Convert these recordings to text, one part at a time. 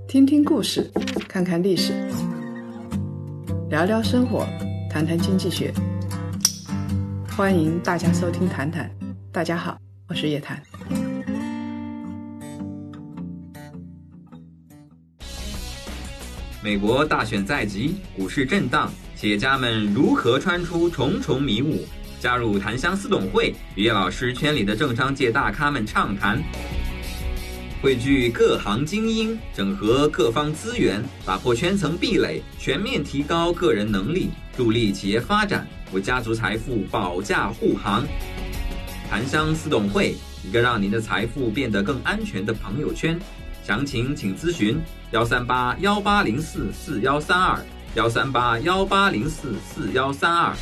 听听故事，看看历史，聊聊生活，谈谈经济学。欢迎大家收听谈谈。大家好，我是叶檀。 美国大选在即，股市震荡，企业家们如何穿出重重迷雾？加入檀香私董会，与叶老师圈里的政商界大咖们畅谈，汇聚各行精英，整合各方资源，打破圈层壁垒，全面提高个人能力，助力企业发展，为家族财富保驾护航。檀香私董会，一个让您的财富变得更安全的朋友圈。详情请咨询13818044132，13818044132。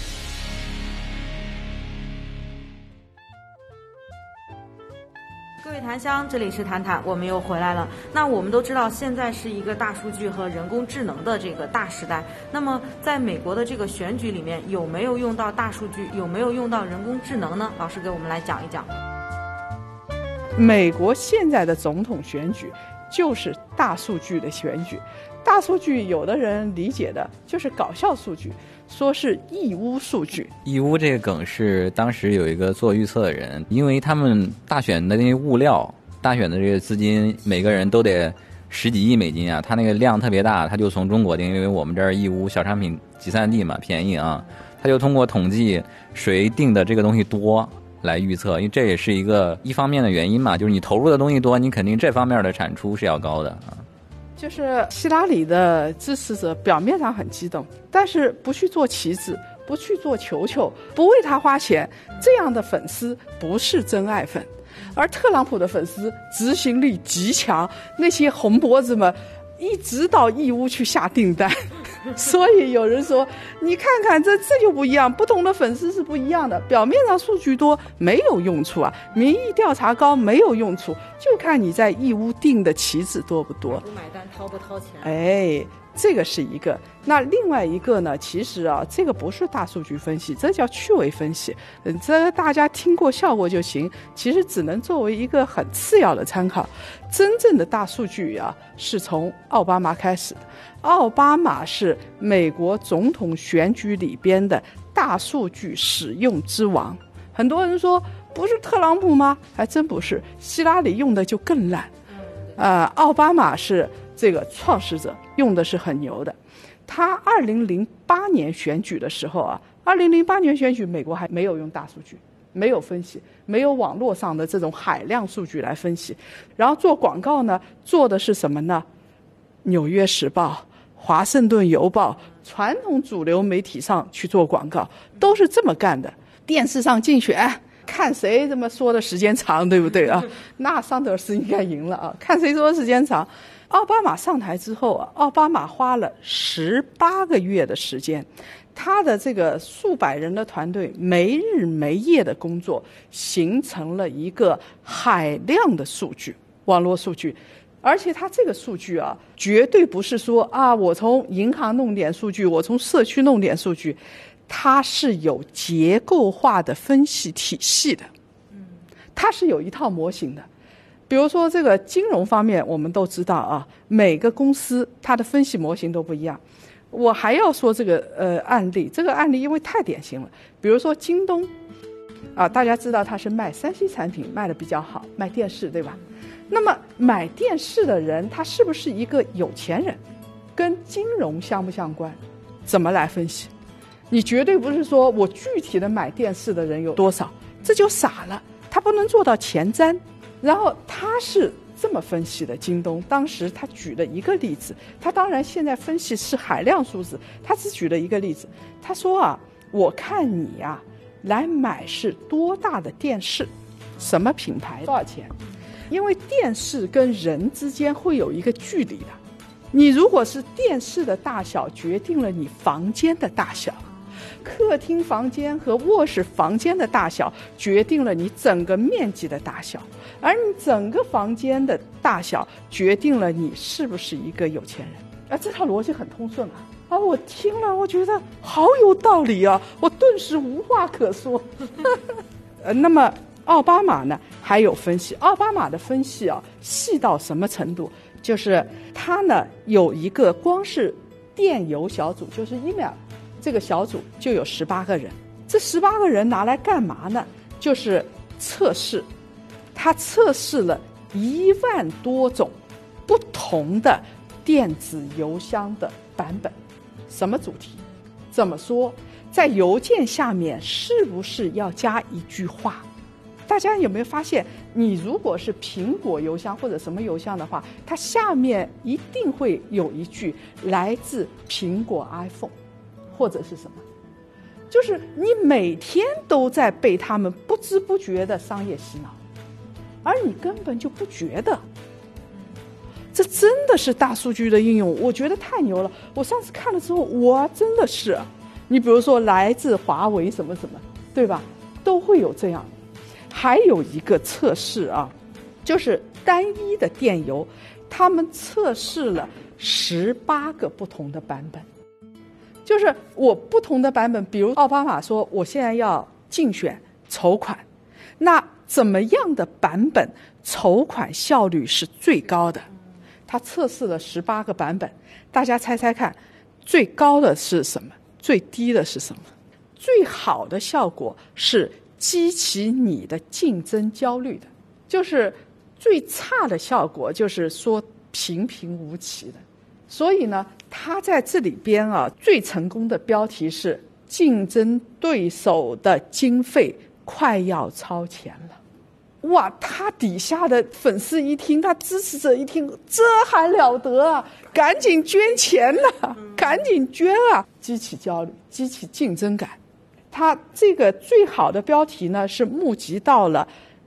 各位檀香，这里是谈谈，我们又回来了。那我们都知道，现在是一个大数据和人工智能的这个大时代。那么，在美国的这个选举里面，有没有用到大数据？有没有用到人工智能呢？老师给我们来讲一讲。 美国现在的总统选举就是大数据的选举。大数据有的人理解的就是搞笑数据，说是义乌数据。 义乌这个梗是当时有一个做预测的人，因为他们大选的那些物料，大选的这个资金每个人都得10几亿美金啊，他那个量特别大，他就从中国订，因为我们这儿义乌小商品集散地嘛，便宜啊，他就通过统计谁订的这个东西多来预测，因为这也是一方面的原因嘛，就是你投入的东西多，你肯定这方面的产出是要高的啊。 就是希拉里的支持者表面上很激动，但是不去做旗子，不去做球球，不为他花钱，这样的粉丝不是真爱粉。而特朗普的粉丝执行力极强，那些红脖子们一直到义乌去下订单。所以有人说，你看看这就不一样，不同的粉丝是不一样的。表面上数据多没有用处啊，民意调查高没有用处，就看你在义乌订的旗子多不多， 不买单掏不掏钱。 哎，这个是一个。那另外一个呢，其实啊，这个不是大数据分析，这叫趣味分析。这大家听过效果就行，其实只能作为一个很次要的参考。真正的大数据啊，是从奥巴马开始的。奥巴马是美国总统选举里边的大数据使用之王。很多人说不是特朗普吗？还真不是，希拉里用的就更烂。奥巴马是这个创始者，用的是很牛的。他2008年选举的时候啊，2008年选举美国还没有用大数据，没有分析，没有网络上的这种海量数据来分析。然后做广告呢，做的是什么呢？纽约时报、华盛顿邮报，传统主流媒体上去做广告，都是这么干的。电视上竞选，看谁这么说的时间长，对不对啊？那桑德斯应该赢了啊，看谁说的时间长。奥巴马上台之后啊，奥巴马花了18个月的时间，他的这个数百人的团队没日没夜的工作，形成了一个海量的数据，网络数据。而且他这个数据啊，绝对不是说啊，我从银行弄点数据，我从社区弄点数据，它是有结构化的分析体系的，它是有一套模型的。比如说这个金融方面，我们都知道啊，每个公司它的分析模型都不一样。我还要说这个案例，这个案例因为太典型了。比如说京东啊，大家知道它是卖3C 产品卖的比较好，卖电视对吧？那么买电视的人他是不是一个有钱人，跟金融相不相关？怎么来分析？你绝对不是说我具体的买电视的人有多少，这就傻了，他不能做到前瞻。然后他是这么分析的，京东当时他举了一个例子，他当然现在分析是海量数字，他只举了一个例子。他说啊，我看你啊来买是多大的电视，什么品牌，多少钱？因为电视跟人之间会有一个距离的，你如果是电视的大小决定了你房间的大小，客厅房间和卧室房间的大小决定了你整个面积的大小，而你整个房间的大小决定了你是不是一个有钱人。这套逻辑很通顺啊！我听了我觉得好有道理啊，我顿时无话可说。那么奥巴马呢还有分析，奥巴马的分析啊细到什么程度？就是他呢有一个光是电邮小组，就是 email 这个小组就有18个人，这18个人拿来干嘛呢？就是测试，他测试了1万多种不同的电子邮箱的版本，什么主题？怎么说？在邮件下面是不是要加一句话？大家有没有发现，你如果是苹果邮箱或者什么邮箱的话，它下面一定会有一句来自苹果 iPhone 或者是什么，就是你每天都在被他们不知不觉的商业洗脑，而你根本就不觉得。这真的是大数据的应用，我觉得太牛了。我上次看了之后，我真的是，你比如说来自华为什么什么，对吧？都会有这样。还有一个测试啊，就是单一的电邮，他们测试了18个不同的版本。就是我不同的版本，比如奥巴马说我现在要竞选筹款，那怎么样的版本筹款效率是最高的？他测试了18个版本，大家猜猜看，最高的是什么？最低的是什么？最好的效果是激起你的竞争焦虑的，就是最差的效果就是说平平无奇的。所以呢，他在这里边啊，最成功的标题是竞争对手的经费快要超前了。哇，他底下的粉丝一听，他支持者一听，这还了得啊，赶紧捐钱呐，赶紧捐啊，激起焦虑，激起竞争感。他这个最好的标题呢是募集到了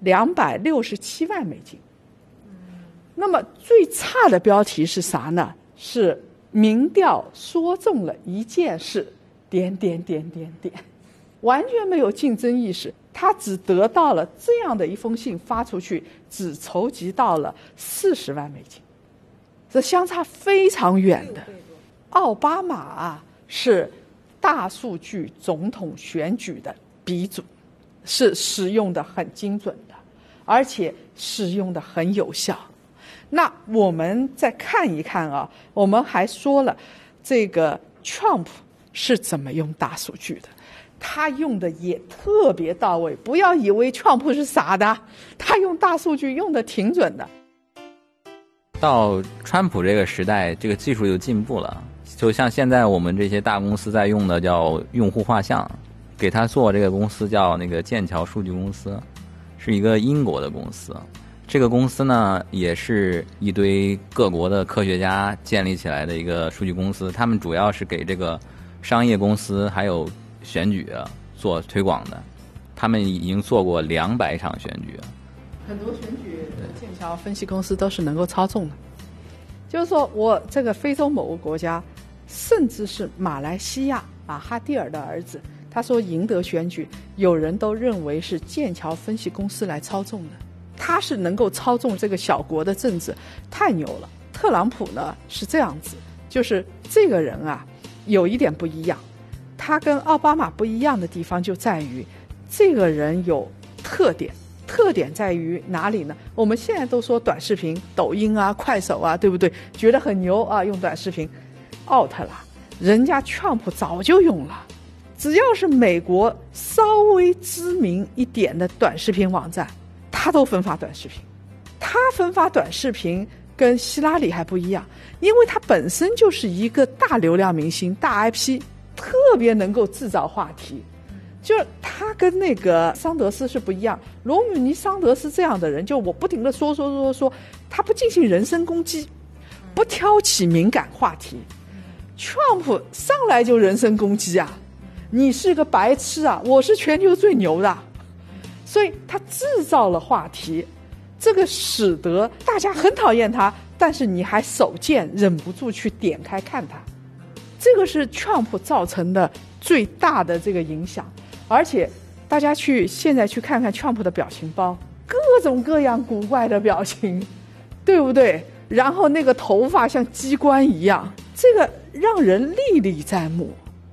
267万美金。那么最差的标题是啥呢？是民调说中了一件事，点点点点点，完全没有竞争意识。他只得到了这样的一封信发出去，只筹集到了40万美金，这相差非常远的。奥巴马啊是大数据总统选举的鼻祖，是使用的很精准的，而且使用的很有效。那我们再看一看啊，我们还说了这个 Trump 是怎么用大数据的，他用的也特别到位，不要以为Trump是傻的，他用大数据用的挺准的。 到川普这个时代，这个技术就进步了，就像现在我们这些大公司在用的叫用户画像，给他做这个公司叫那个剑桥数据公司，是一个英国的公司。这个公司呢，也是一堆各国的科学家建立起来的一个数据公司，他们主要是给这个商业公司还有选举做推广的。他们已经做过200场选举， 很多选举剑桥分析公司都是能够操纵的。就是说我这个非洲某个国家，甚至是马来西亚马哈蒂尔的儿子，他说赢得选举，有人都认为是剑桥分析公司来操纵的。他是能够操纵这个小国的政治，太牛了。特朗普呢是这样子，就是这个人啊有一点不一样，他跟奥巴马不一样的地方就在于这个人有特点，特点在于哪里呢？我们现在都说短视频，抖音啊快手啊，对不对？觉得很牛啊，用短视频 out 了，人家 Trump 早就用了。只要是美国稍微知名一点的短视频网站，他都分发短视频。他分发短视频跟希拉里还不一样，因为他本身就是一个大流量明星，大 IP， 特别能够制造话题。就是他跟那个桑德斯是不一样，罗姆尼桑德斯这样的人，就我不停的说，他不进行人身攻击，不挑起敏感话题。Trump 上来就人身攻击啊，你是个白痴啊，我是全球最牛的。所以他制造了话题，这个使得大家很讨厌他，但是你还手贱忍不住去点开看他。这个是 Trump 造成的最大的这个影响。而且大家现在去看看 Trump 的表情包，各种各样古怪的表情，对不对？然后那个头发像机关一样，这个让人历历在目。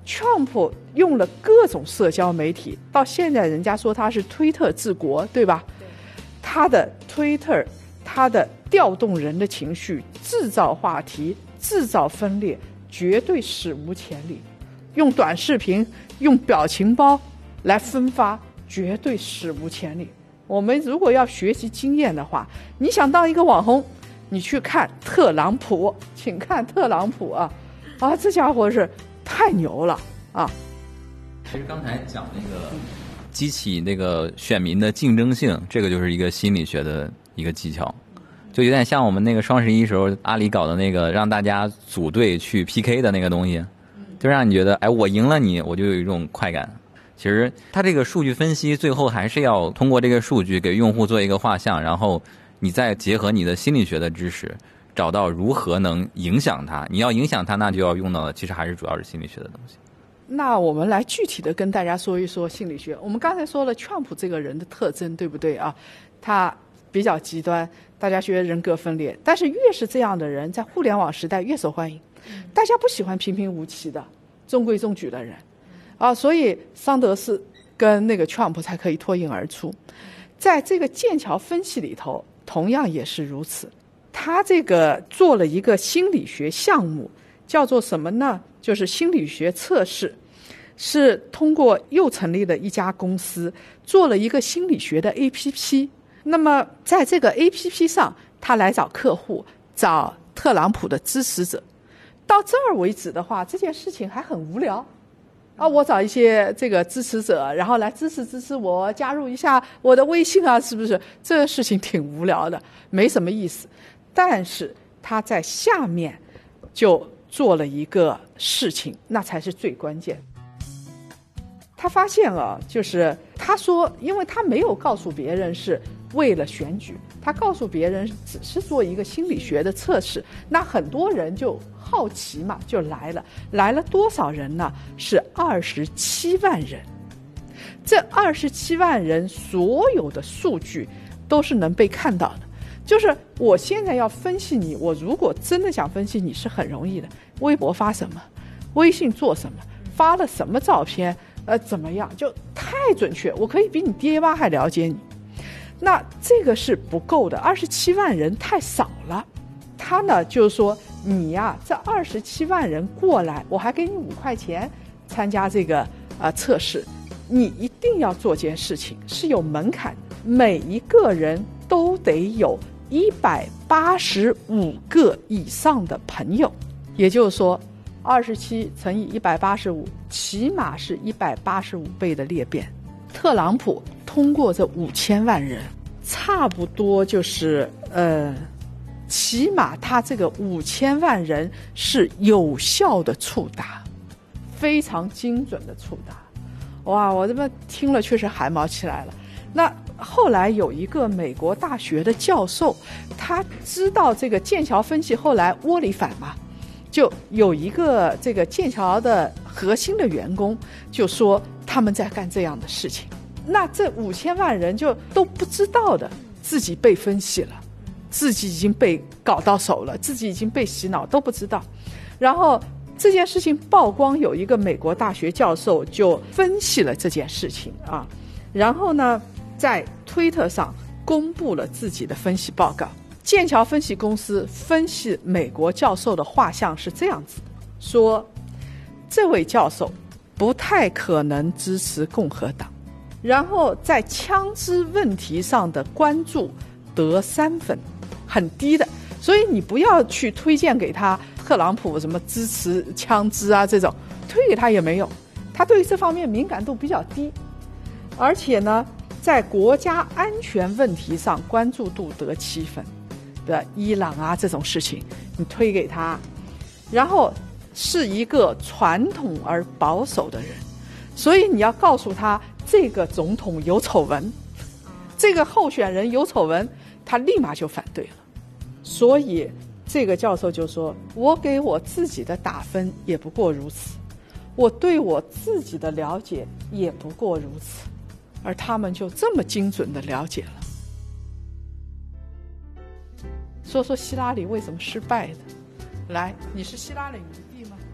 Trump 用了各种社交媒体，到现在人家说他是推特治国，对吧？他的推特，他的调动人的情绪，制造话题，制造分裂，绝对史无前例。用短视频，用表情包来分发，绝对史无前例。我们如果要学习经验的话，你想当一个网红，你去看特朗普，请看特朗普啊，这家伙是太牛了啊！ 其实刚才讲那个激起那个选民的竞争性，这个就是一个心理学的一个技巧，就有点像我们那个双11时候阿里搞的那个让大家组队去 PK 的那个东西，就让你觉得哎，我赢了你，我就有一种快感。其实它这个数据分析最后还是要通过这个数据给用户做一个画像，然后你再结合你的心理学的知识，找到如何能影响它。你要影响它，那就要用到的其实还是主要是心理学的东西。 那我们来具体的跟大家说一说心理学。我们刚才说了川普这个人的特征，对不对啊？他比较极端，大家觉得人格分裂，但是越是这样的人，在互联网时代越受欢迎。大家不喜欢平平无奇的、中规中矩的人啊，所以桑德斯跟那个川普才可以脱颖而出。在这个剑桥分析里头，同样也是如此。他这个做了一个心理学项目，叫做什么呢？就是心理学测试，是通过又成立了一家公司，做了一个心理学的 APP。那么在这个 APP 上，他来找客户，找特朗普的支持者。到这儿为止的话，这件事情还很无聊啊！我找一些这个支持者，然后来支持我，加入一下我的微信啊，是不是？这个事情挺无聊的，没什么意思。但是他在下面就做了一个事情，那才是最关键。他发现啊，就是他说，因为他没有告诉别人是为了选举，他告诉别人只是做一个心理学的测试，那很多人就好奇嘛，就来了多少人呢？是27万人。这27万人所有的数据都是能被看到的。就是我现在要分析你，我如果真的想分析你是很容易的。微博发什么，微信做什么，发了什么照片，怎么样，就太准确，我可以比你爹妈还了解你。那这个是不够的，27万人太少了。他呢就是说，你呀，这27万人过来，我还给你5块钱参加这个测试，你一定要做件事情，是有门槛的，每一个人都得有185个以上的朋友，也就是说27乘以185，起码是185倍的裂变。特朗普通过这5000万人，差不多就是起码他这个5000万人是有效的触达，非常精准的触达。哇，我这么听了确实汗毛起来了。那后来有一个美国大学的教授，他知道这个剑桥分析后来窝里反嘛，就有一个这个剑桥的核心的员工就说他们在干这样的事情。那这5000万人就都不知道的，自己被分析了，自己已经被搞到手了，自己已经被洗脑都不知道。然后这件事情曝光，有一个美国大学教授就分析了这件事情啊，然后呢在推特上公布了自己的分析报告。剑桥分析公司分析美国教授的画像是这样子，说这位教授不太可能支持共和党，然后在枪支问题上的关注得3分，很低的，所以你不要去推荐给他特朗普什么支持枪支啊这种，推给他也没用，他对于这方面敏感度比较低。而且呢在国家安全问题上关注度得7分的伊朗啊这种事情你推给他，然后是一个传统而保守的人，所以你要告诉他这个总统有丑闻，这个候选人有丑闻，他立马就反对了。所以这个教授就说，我给我自己的打分也不过如此，我对我自己的了解也不过如此，而他们就这么精准的了解了。说说希拉里为什么失败的？来，你是希拉里迷弟吗？ 不是，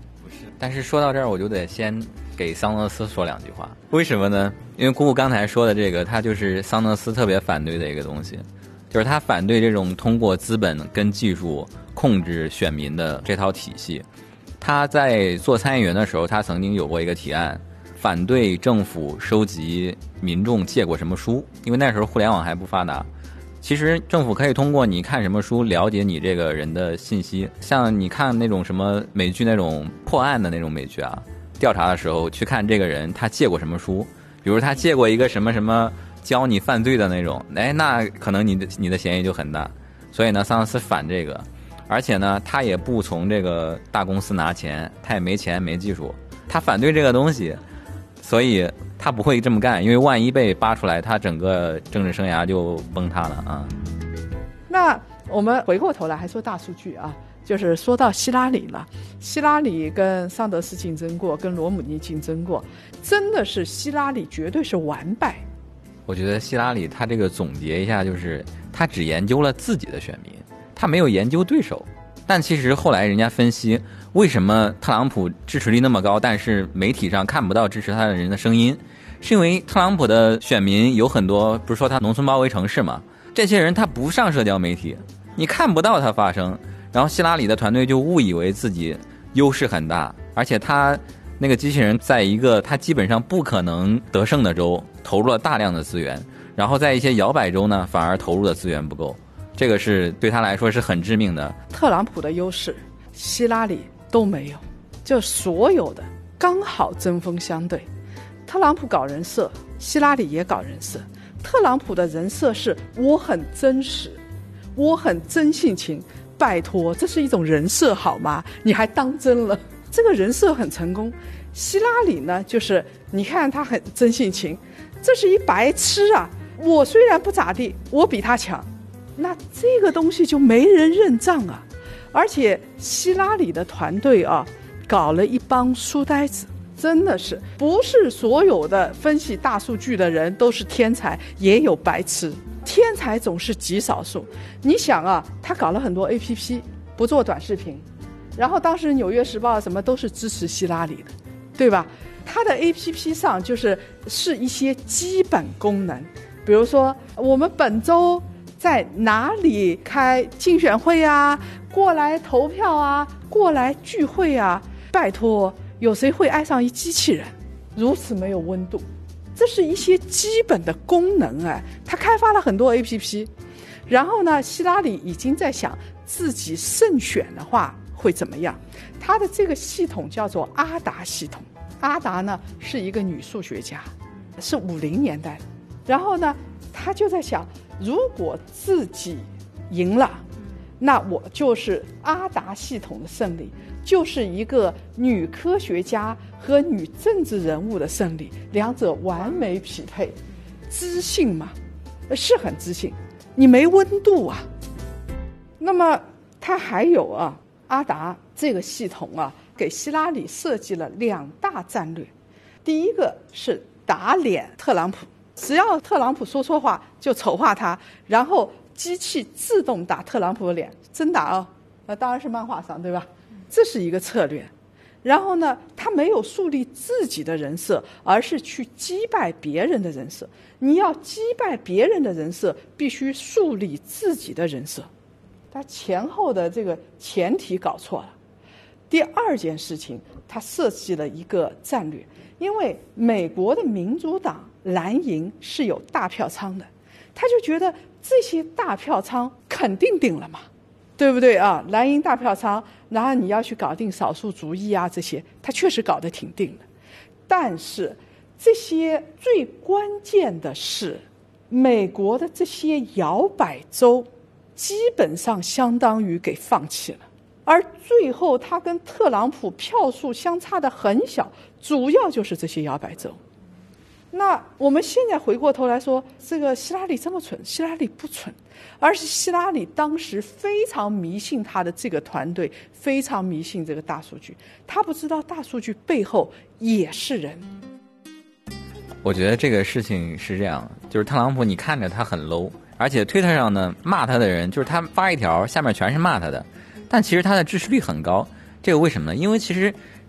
但是说到这儿，我就得先给桑德斯说两句话。为什么呢？因为姑姑刚才说的这个，他就是桑德斯特别反对的一个东西，就是他反对这种通过资本跟技术控制选民的这套体系。他在做参议员的时候，他曾经有过一个提案，反对政府收集民众借过什么书，因为那时候互联网还不发达。其实政府可以通过你看什么书了解你这个人的信息，像你看那种什么美剧那种破案的那种美剧啊，调查的时候去看这个人他借过什么书，比如他借过一个什么什么教你犯罪的那种，那可能你的嫌疑就很大。所以呢，桑德斯反这个，而且呢，他也不从这个大公司拿钱，他也没钱没技术，他反对这个东西，所以他不会这么干，因为万一被扒出来，他整个政治生涯就崩塌了啊。 那我们回过头来还说大数据啊，就是说到希拉里了。希拉里跟桑德斯竞争过，跟罗姆尼竞争过，真的是希拉里绝对是完败。 我觉得希拉里他这个总结一下，就是他只研究了自己的选民，他没有研究对手。但其实后来人家分析，为什么特朗普支持率那么高，但是媒体上看不到支持他的人的声音，是因为特朗普的选民有很多，不是说他农村包围城市嘛，这些人他不上社交媒体，你看不到他发声。然后希拉里的团队就误以为自己优势很大，而且他那个机器人在一个他基本上不可能得胜的州投入了大量的资源，然后在一些摇摆州呢反而投入的资源不够，这个是对他来说是很致命的。 特朗普的优势希拉里都没有，就所有的刚好针锋相对。特朗普搞人设，希拉里也搞人设。特朗普的人设是我很真实，我很真性情，拜托，这是一种人设好吗？你还当真了？这个人设很成功。希拉里呢，就是你看他很真性情，这是一白痴啊，我虽然不咋地，我比他强，那这个东西就没人认账啊。而且希拉里的团队啊，搞了一帮书呆子，真的是不是所有的分析大数据的人都是天才，也有白痴，天才总是极少数。你想啊，他搞了很多 APP， 不做短视频，然后当时《纽约时报》什么都是支持希拉里的，对吧？他的 APP 上是一些基本功能，比如说我们本周在哪里开竞选会啊，过来投票啊，过来聚会啊，拜托，有谁会爱上一机器人？如此没有温度，这是一些基本的功能啊。他开发了很多 APP， 然后呢，希拉里已经在想自己胜选的话会怎么样。他的这个系统叫做阿达系统，阿达呢是一个女数学家，是50年代的。然后呢，他就在想，如果自己赢了，那我就是阿达系统的胜利，就是一个女科学家和女政治人物的胜利，两者完美匹配。知性嘛，是很知性，你没温度啊。那么他还有啊，阿达这个系统啊，给希拉里设计了2大战略。第一个是打脸特朗普，只要特朗普说错话就丑化他，然后机器自动打特朗普的脸，真打哦，那当然是漫画上，对吧？这是一个策略。然后呢，他没有树立自己的人设，而是去击败别人的人设。你要击败别人的人设，必须树立自己的人设。他前后的这个前提搞错了。第二件事情，他设计了一个战略，因为美国的民主党蓝营是有大票仓的，他就觉得这些大票仓肯定定了嘛，对不对啊？蓝营大票仓，然后你要去搞定少数族裔啊，这些他确实搞得挺定的。但是这些最关键的是，美国的这些摇摆州基本上相当于给放弃了，而最后他跟特朗普票数相差的很小，主要就是这些摇摆州。那我们现在回过头来说，这个希拉里这么蠢，希拉里不蠢，而是希拉里当时非常迷信他的这个团队，非常迷信这个大数据，他不知道大数据背后也是人。 我觉得这个事情是这样，就是特朗普你看着他很 low， 而且推特上呢骂他的人，就是他发一条下面全是骂他的，但其实他的支持率很高。这个为什么呢？因为其实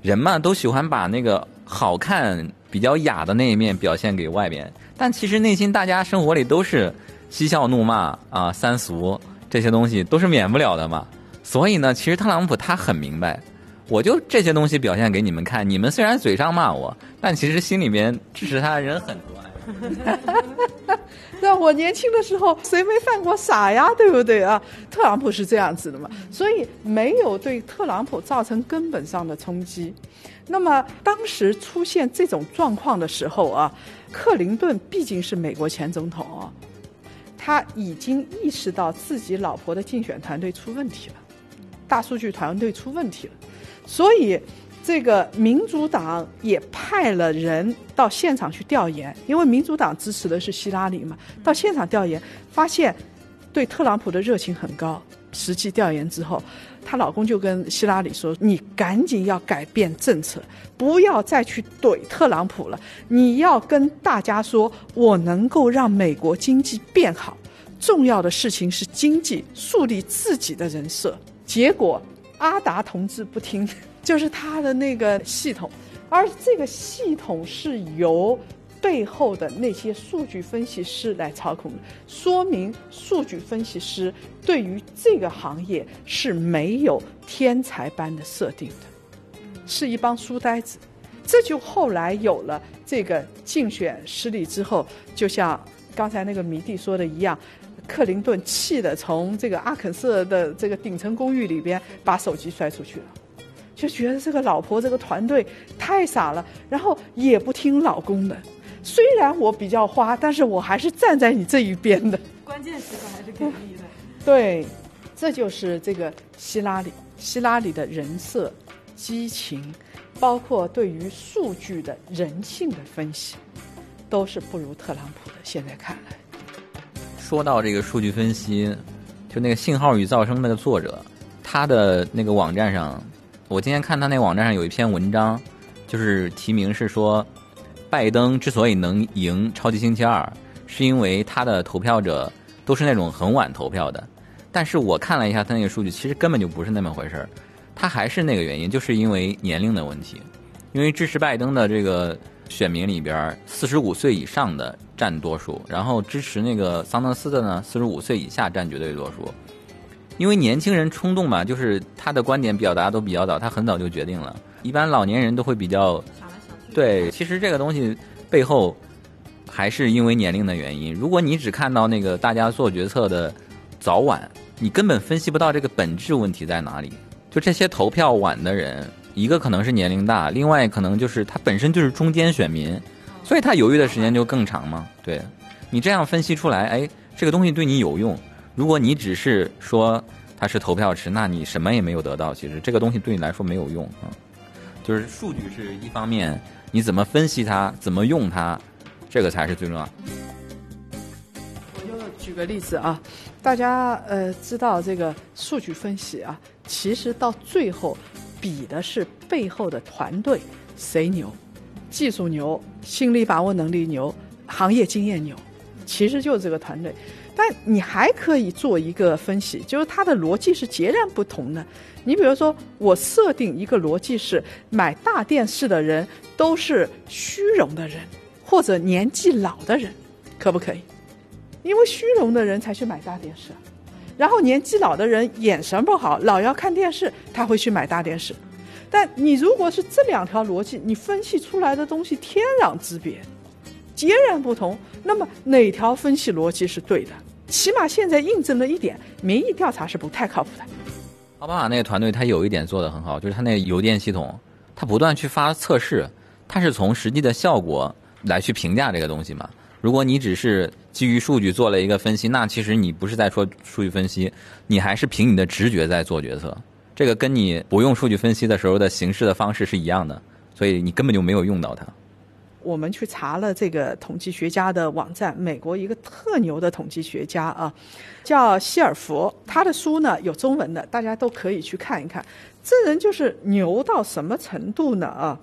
人嘛都喜欢把那个好看比较雅的那一面表现给外边，但其实内心大家生活里都是嬉笑怒骂啊、三俗这些东西都是免不了的嘛。所以呢，其实特朗普他很明白，我就这些东西表现给你们看，你们虽然嘴上骂我，但其实心里面支持他的人很多。 那我年轻的时候谁没犯过傻呀，对不对啊？特朗普是这样子的嘛，所以没有对特朗普造成根本上的冲击。那么当时出现这种状况的时候啊，克林顿毕竟是美国前总统啊，他已经意识到自己老婆的竞选团队出问题了，大数据团队出问题了，所以这个民主党也派了人到现场去调研，因为民主党支持的是希拉里嘛，到现场调研发现对特朗普的热情很高。实际调研之后，她老公就跟希拉里说，你赶紧要改变政策，不要再去怼特朗普了，你要跟大家说，我能够让美国经济变好，重要的事情是经济，树立自己的人设。结果阿达同志不听，就是他的那个系统，而这个系统是由背后的那些数据分析师来操控的，说明数据分析师对于这个行业是没有天才般的设定的，是一帮书呆子。这就后来有了这个竞选失利之后，就像刚才那个迷弟说的一样，克林顿气的从这个阿肯色的这个顶层公寓里边把手机摔出去了，就觉得这个老婆这个团队太傻了，然后也不听老公的。虽然我比较花，但是我还是站在你这一边的。 关键时刻还是给力的。 对，这就是这个希拉里的人设、激情，包括对于数据的人性的分析，都是不如特朗普的。现在看来， 说到这个数据分析，就那个信号与噪声那个作者，他的那个网站上，我今天看他那个网站上有一篇文章，就是题名是说，拜登之所以能赢超级星期二，是因为他的投票者都是那种很晚投票的。但是我看了一下他那个数据，其实根本就不是那么回事儿，他还是那个原因，就是因为年龄的问题。因为支持拜登的这个选民里边，45岁以上的占多数，然后支持那个桑德斯的呢，45岁以下占绝对多数。因为年轻人冲动嘛，就是他的观点表达都比较早，他很早就决定了。一般老年人都会比较对，其实这个东西背后还是因为年龄的原因。如果你只看到那个大家做决策的早晚，你根本分析不到这个本质问题在哪里。就这些投票晚的人，一个可能是年龄大，另外可能就是他本身就是中间选民，所以他犹豫的时间就更长嘛。对，你这样分析出来，哎，这个东西对你有用。如果你只是说他是投票池，那你什么也没有得到，其实这个东西对你来说没有用啊。就是数据是一方面，你怎么分析它，怎么用它，这个才是最重要。 我就举个例子啊，大家知道这个数据分析啊，其实到最后比的是背后的团队谁牛，技术牛，心理把握能力牛，行业经验牛，其实就是这个团队。但你还可以做一个分析，就是它的逻辑是截然不同的。你比如说，我设定一个逻辑是买大电视的人都是虚荣的人或者年纪老的人，可不可以？因为虚荣的人才去买大电视，然后年纪老的人眼神不好，老要看电视，他会去买大电视。但你如果是这两条逻辑，你分析出来的东西天壤之别，截然不同，那么哪条分析逻辑是对的？起码现在印证了一点，民意调查是不太靠谱的。 奥巴马那个团队他有一点做得很好，就是他那个邮电系统，他不断去发测试，他是从实际的效果来去评价这个东西嘛。如果你只是基于数据做了一个分析，那其实你不是在说数据分析，你还是凭你的直觉在做决策。这个跟你不用数据分析的时候的行事的方式是一样的，所以你根本就没有用到它。 我们去查了这个统计学家的网站，美国一个特牛的统计学家啊，叫希尔弗，他的书呢有中文的，大家都可以去看一看。这人就是牛到什么程度呢啊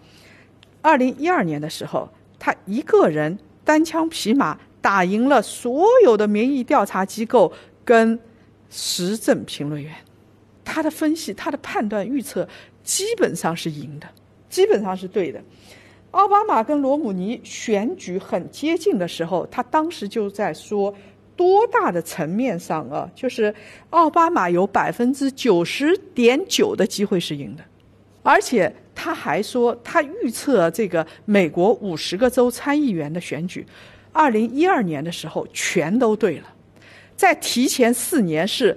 ？2012年的时候，他一个人单枪匹马打赢了所有的民意调查机构跟时政评论员，他的分析、他的判断、预测基本上是赢的。 基本上是对的。奥巴马跟罗姆尼选举很接近的时候，他当时就在说多大的层面上啊，就是奥巴马有90.9%的机会是赢的，而且他还说他预测这个美国50个州参议员的选举2012年的时候全都对了，在提前4年是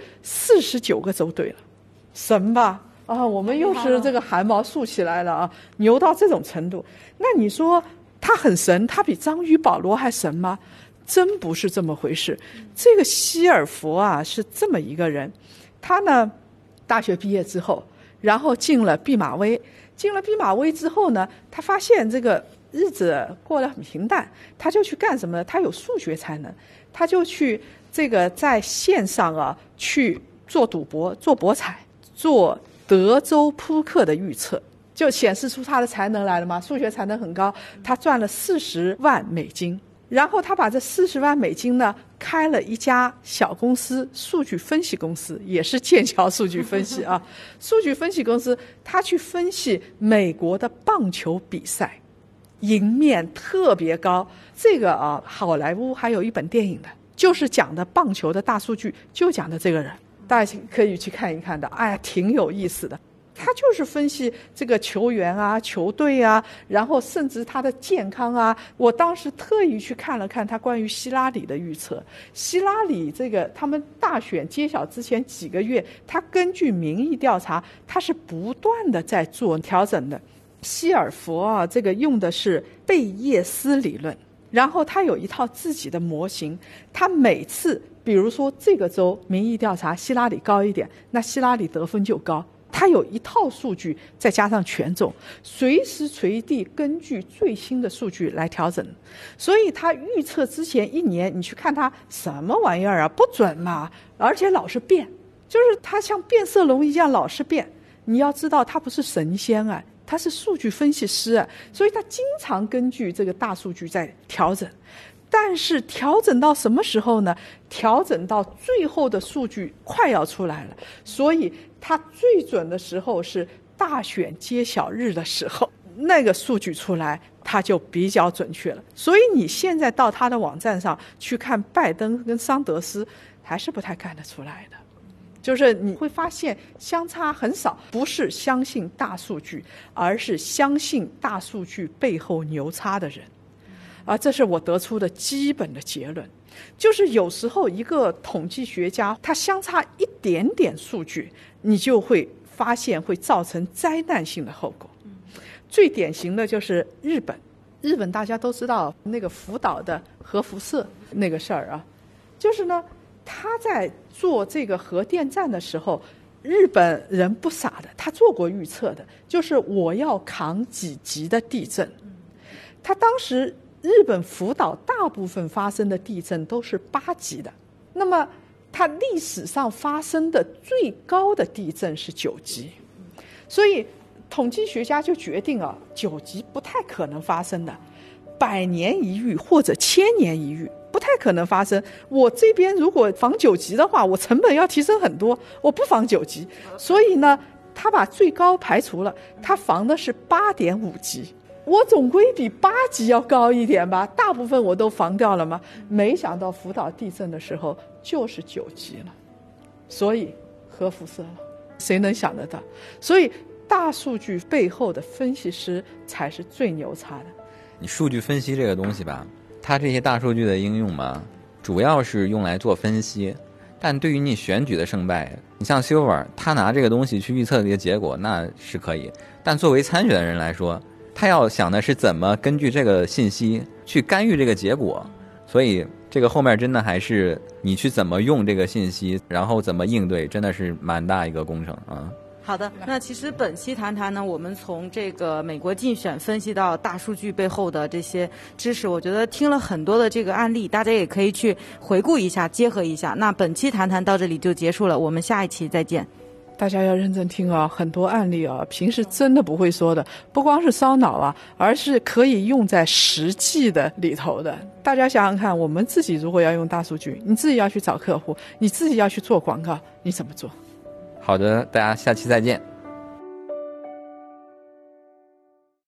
49个州对了，神吧啊！我们又是这个汗毛竖起来了啊，牛到这种程度。那你说他很神，他比章鱼保罗还神吗？真不是这么回事。这个希尔弗啊是这么一个人，他呢大学毕业之后，然后进了毕马威，进了毕马威之后呢，他发现这个日子过得很平淡，他就去干什么呢？他有数学才能，他就去这个在线上啊去做赌博，做博彩，做德州扑克的预测，就显示出他的才能来了嘛，数学才能很高。他赚了40万美金，然后他把这40万美金呢开了一家小公司，数据分析公司，也是剑桥数据分析啊。数据分析公司，他去分析美国的棒球比赛，赢面特别高。这个啊，好莱坞还有一本电影的，就是讲的棒球的大数据，就讲的这个人，大家可以去看一看的。哎呀，挺有意思的。他就是分析这个球员啊、球队啊，然后甚至他的健康啊。我当时特意去看了看他关于希拉里的预测。希拉里这个他们大选揭晓之前几个月，他根据民意调查，他是不断的在做调整的。希尔弗啊，这个用的是贝叶斯理论，然后他有一套自己的模型，他每次比如说这个州民意调查希拉里高一点，那希拉里得分就高。他有一套数据，再加上权重，随时随地根据最新的数据来调整。所以他预测之前1年，你去看他什么玩意儿啊，不准嘛，而且老是变，就是他像变色龙一样老是变。你要知道，他不是神仙啊，他是数据分析师啊，所以他经常根据这个大数据在调整。但是调整到什么时候呢？调整到最后的数据快要出来了，所以它最准的时候是大选揭晓日的时候，那个数据出来它就比较准确了。所以你现在到他的网站上去看拜登跟桑德斯，还是不太看得出来的，就是你会发现相差很少，不是相信大数据，而是相信大数据背后牛叉的人。这是我得出的基本的结论，就是有时候一个统计学家他相差一点点数据，你就会发现会造成灾难性的后果。最典型的就是日本大家都知道那个福岛的核辐射那个事儿啊，就是呢他在做这个核电站的时候，日本人不傻的，他做过预测的，就是我要扛几级的地震。他当时日本福岛大部分发生的地震都是8级的，那么它历史上发生的最高的地震是9级，所以统计学家就决定9级不太可能发生的，100年一遇或者1000年一遇不太可能发生。我这边如果防9级的话，我成本要提升很多，我不防9级，所以呢，他把最高排除了，他防的是8.5级。我总归比8级要高一点吧，大部分我都防掉了吗？没想到福岛地震的时候就是9级了，所以核辐射了，谁能想得到？所以大数据背后的分析师才是最牛叉的。 你数据分析这个东西吧，它这些大数据的应用嘛，主要是用来做分析，但对于你选举的胜败，你像 Silver 他拿这个东西去预测这个结果那是可以，但作为参选的人来说，他要想的是怎么根据这个信息去干预这个结果，所以这个后面真的还是你去怎么用这个信息，然后怎么应对，真的是蛮大一个工程啊。 好的，那其实本期谈谈呢，我们从这个美国竞选分析到大数据背后的这些知识，我觉得听了很多的这个案例，大家也可以去回顾一下，结合一下。那本期谈谈到这里就结束了，我们下一期再见。 大家要认真听啊，很多案例啊，平时真的不会说的，不光是烧脑啊，而是可以用在实际的里头的。大家想想看，我们自己如果要用大数据，你自己要去找客户，你自己要去做广告，你怎么做？ 好的，大家下期再见。